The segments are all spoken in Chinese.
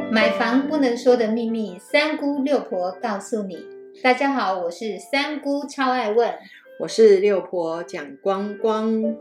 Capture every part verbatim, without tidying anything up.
买房不能说的秘密，三姑六婆告诉你。大家好，我是三姑，超爱问。 我是六婆蒋光光。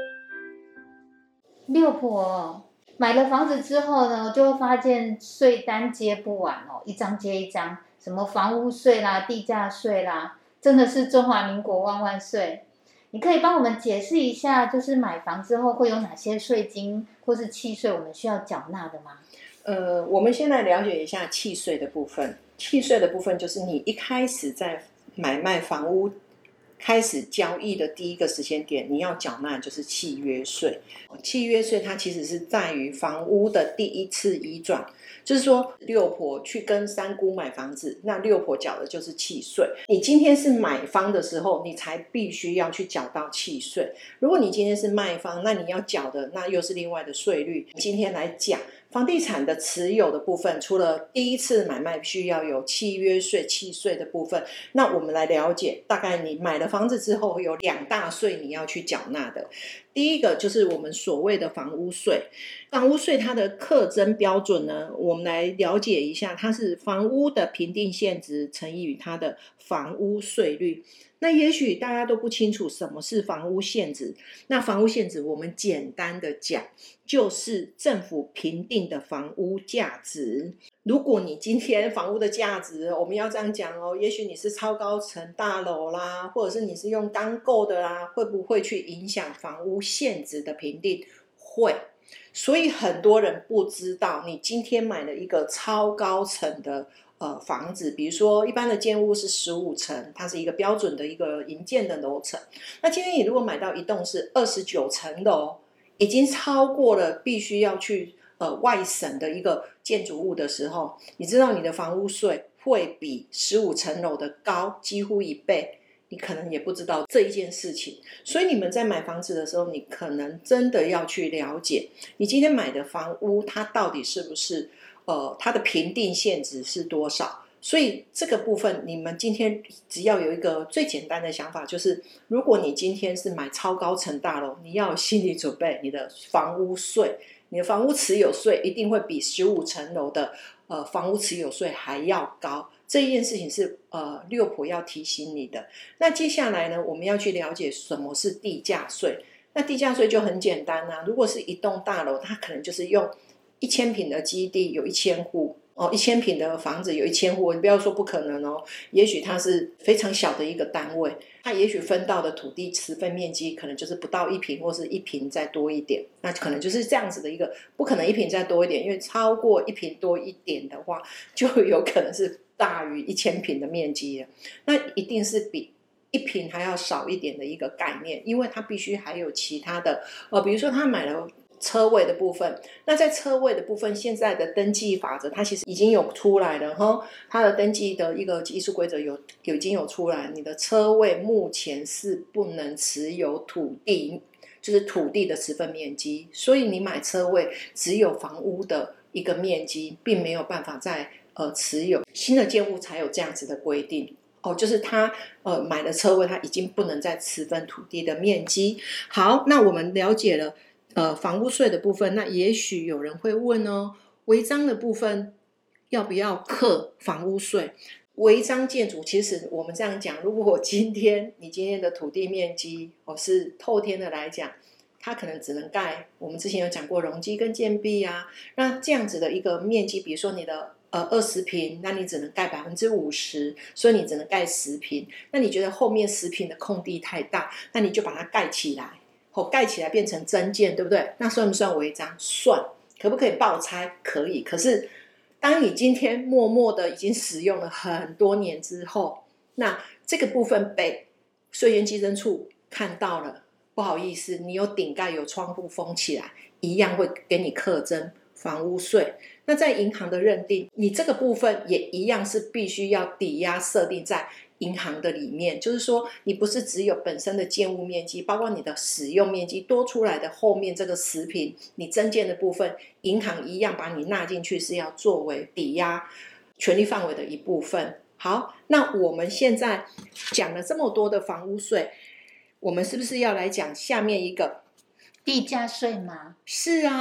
六婆买了房子之后呢，就会发现税单接不完哦，一张接一张，什么房屋税啦、地价税啦，真的是中华民国万万岁。你可以帮我们解释一下，就是买房之后会有哪些税金或是契税我们需要缴纳的吗？ 呃，我们先来了解一下契税的部分。契税的部分就是你一开始在买卖房屋开始交易的第一个时间点，你要缴纳就是契约税。契约税它其实是在于房屋的第一次移转，就是说六婆去跟三姑买房子，那六婆缴的就是契税。你今天是买方的时候，你才必须要去缴到契税。如果你今天是卖方，那你要缴的那又是另外的税率。今天来讲房地产的持有的部分，除了第一次买卖需要有契约税、契税的部分，那我们来了解，大概你买了房子之后有两大税你要去缴纳的。第一个就是我们所谓的房屋税。房屋税它的课征标准呢，我们来了解一下，它是房屋的评定现值乘以它的房屋税率。那也许大家都不清楚什么是房屋现值，那房屋现值我们简单的讲，就是政府评定的房屋价值。如果你今天房屋的价值，我们要这样讲哦，也许你是超高层大楼啦，或者是你是用钢构的啦，会不会去影响房屋现值的评定？会。所以很多人不知道，你今天买了一个超高层的呃房子，比如说一般的建物是十五层，它是一个标准的一个营建的楼层。那今天你如果买到一栋是二十九层楼，已经超过了必须要去呃外省的一个建筑物的时候，你知道你的房屋税会比十五层楼的高几乎一倍。你可能也不知道这一件事情，所以你们在买房子的时候，你可能真的要去了解，你今天买的房屋它到底是不是呃它的评定现值是多少。所以这个部分你们今天只要有一个最简单的想法，就是如果你今天是买超高层大楼，你要有心理准备，你的房屋税你的房屋持有税一定会比十五层楼的呃房屋持有税还要高。这一件事情是呃六婆要提醒你的。那接下来呢，我们要去了解什么是地价税。那地价税就很简单啊，如果是一栋大楼，它可能就是用一千坪的基地有一千户哦，一千坪的房子有一千户，你不要说不可能哦，也许它是非常小的一个单位，它也许分到的土地持分面积可能就是不到一坪，或是一坪再多一点，那可能就是这样子的一个，不可能一坪再多一点，因为超过一坪多一点的话，就有可能是大于一千坪的面积了，那一定是比一坪还要少一点的一个概念，因为它必须还有其他的，呃，比如说他买了车位的部分，那在车位的部分，现在的登记法则它其实已经有出来了哈，它的登记的一个技术规则有有已经有出来，你的车位目前是不能持有土地，就是土地的持分面积，所以你买车位只有房屋的一个面积，并没有办法在呃持有新的建物才有这样子的规定。哦，就是他呃买的车位，他已经不能再持分土地的面积。好，那我们了解了呃房屋税的部分，那也许有人会问哦，违章的部分要不要课房屋税？违章建筑，其实我们这样讲，如果今天你今天的土地面积哦是透天的来讲，它可能只能盖，我们之前有讲过容积跟建蔽啊，那这样子的一个面积，比如说你的呃二十坪，那你只能盖百分之五十，所以你只能盖十坪。那你觉得后面十坪的空地太大，那你就把它盖起来，哦，盖起来变成增建，对不对？那算不算违章？算。可不可以报拆？可以。可是当你今天默默的已经使用了很多年之后，那这个部分被税源稽征处看到了，不好意思，你有顶盖有窗户封起来，一样会给你课征房屋税。那在银行的认定，你这个部分也一样是必须要抵押设定在银行的里面，就是说你不是只有本身的建物面积，包括你的使用面积多出来的后面这个十坪，你增建的部分，银行一样把你纳进去，是要作为抵押权利范围的一部分。好，那我们现在讲了这么多的房屋税，我们是不是要来讲下面一个地价税吗？ 是啊，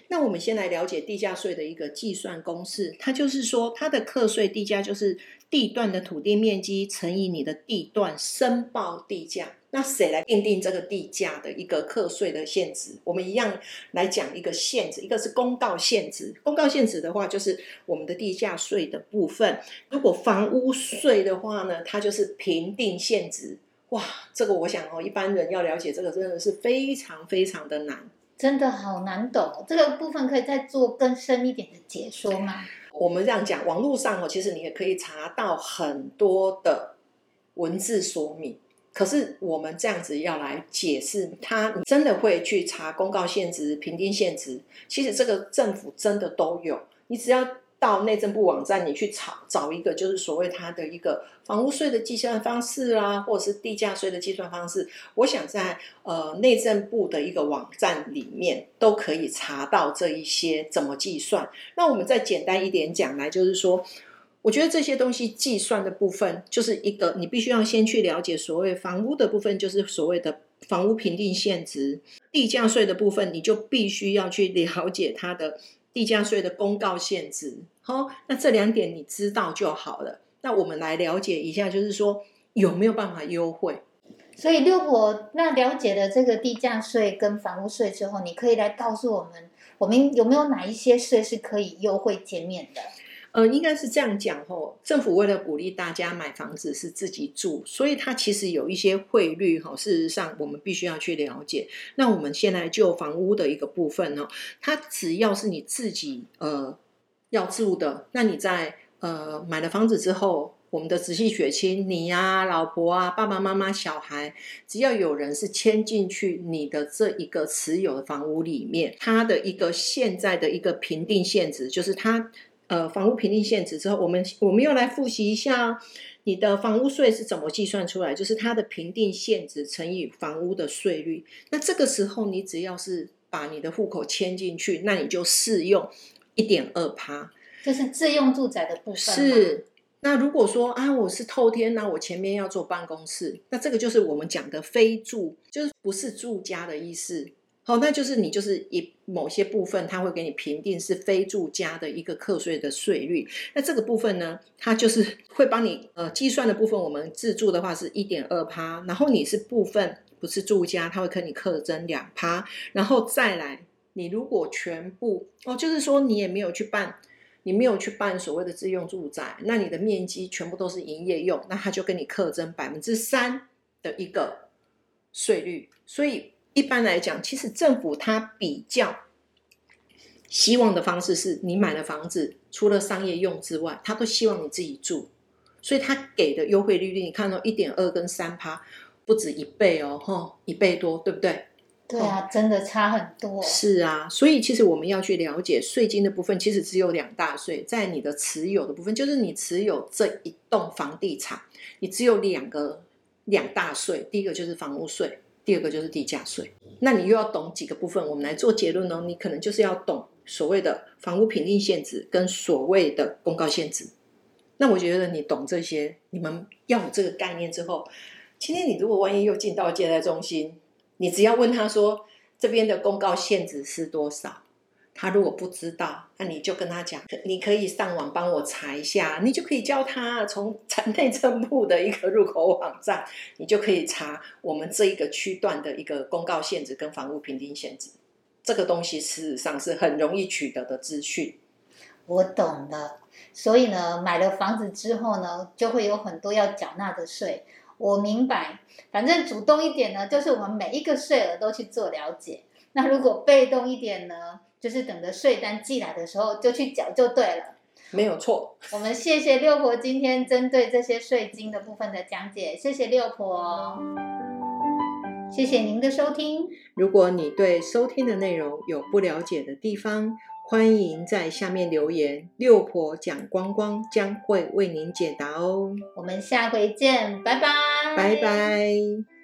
那我们先来了解地价税的一个计算公式，它就是说它的课税地价就是地段的土地面积乘以你的地段申报地价。那谁来定定这个地价的一个课税的限值？我们一样来讲一个限值，一个是公告限值。公告限值的话就是我们的地价税的部分，如果房屋税的话呢，它就是评定限值。哇，这个我想哦，一般人要了解这个真的是非常非常的难， 真的好难懂。这个部分可以再做更深一点的解说吗？ 我们这样讲，网络上哦，其实你也可以查到很多的文字说明。可是我们这样子要来解释它，你真的会去查公告限值、评定限值，其实这个政府真的都有，你只要到内政部网站，你去找找一个就是所谓它的一个房屋税的计算方式啦，或者是地价税的计算方式，我想在呃内政部的一个网站里面都可以查到这一些怎么计算。那我们再简单一点讲来，就是说我觉得这些东西计算的部分，就是一个你必须要先去了解所谓房屋的部分，就是所谓的房屋评定限值。地价税的部分，你就必须要去了解它的地价税的公告限值。好，那这两点你知道就好了。那我们来了解一下，就是说有没有办法优惠。 所以六婆，那了解了这个地价税跟房屋税之后，你可以来告诉我们，我们有没有哪一些税是可以优惠减免的？ 呃，应该是这样讲吼，政府为了鼓励大家买房子是自己住，所以它其实有一些汇率吼，事实上我们必须要去了解。那我们先来就房屋的一个部分哦，它只要是你自己呃要住的，那你在呃买了房子之后，我们的直系血亲，你啊、老婆啊、爸爸妈妈、小孩，只要有人是迁进去你的这一个持有的房屋里面，它的一个现在的一个评定限值，就是它呃房屋评定限值之后，我们我们又来复习一下你的房屋税是怎么计算出来，就是它的评定限值乘以房屋的税率。那这个时候你只要是把你的户口迁进去，那你就适用 百分之一点二， 就是自用住宅的部分。 是。那如果说啊，我是透天啊，我前面要做办公室，那这个就是我们讲的非住，就是不是住家的意思。好，那就是你就是一某些部分，它会给你评定是非住家的一个课税的税率。那这个部分呢，它就是会帮你呃计算的部分，我们自住的话是 百分之一点二， 然后你是部分不是住家，它会跟你课征 百分之二， 然后再来你如果全部哦，就是说你也没有去办。你没有去办所谓的自用住宅，那你的面积全部都是营业用，那他就跟你课征 百分之三 的一个税率。所以一般来讲，其实政府它比较希望的方式是，你买了房子除了商业用之外，他都希望你自己住，所以他给的优惠利率你看到 百分之一点二 跟 百分之三， 不止一倍哦，一倍多，对不对？ 对啊，真的差很多。 是啊，所以其实我们要去了解税金的部分，其实只有两大税，在你的持有的部分，就是你持有这一栋房地产，你只有两个两大税，第一个就是房屋税，第二个就是地价税。那你又要懂几个部分，我们来做结论哦。你可能就是要懂所谓的房屋评定限值跟所谓的公告限值。那我觉得你懂这些，你们要有这个概念之后，今天你如果万一又进到借贷中心，你只要问他说这边的公告限值是多少，他如果不知道，那你就跟他讲，你可以上网帮我查一下，你就可以教他从内政部的一个入口网站，你就可以查我们这一个区段的一个公告限值跟房屋评定限值。这个东西事实上是很容易取得的资讯。 我懂了，所以呢，买了房子之后呢，就会有很多要缴纳的税。我明白，反正主动一点呢，就是我们每一个税额都去做了解。那如果被动一点呢，就是等着税单寄来的时候就去缴就对了。 没有错。 我们谢谢六婆今天针对这些税金的部分的讲解，谢谢六婆，谢谢您的收听。 如果你对收听的内容有不了解的地方，欢迎在下面留言，六婆讲光光将会为您解答哦。 我们下回见，拜拜， 拜拜。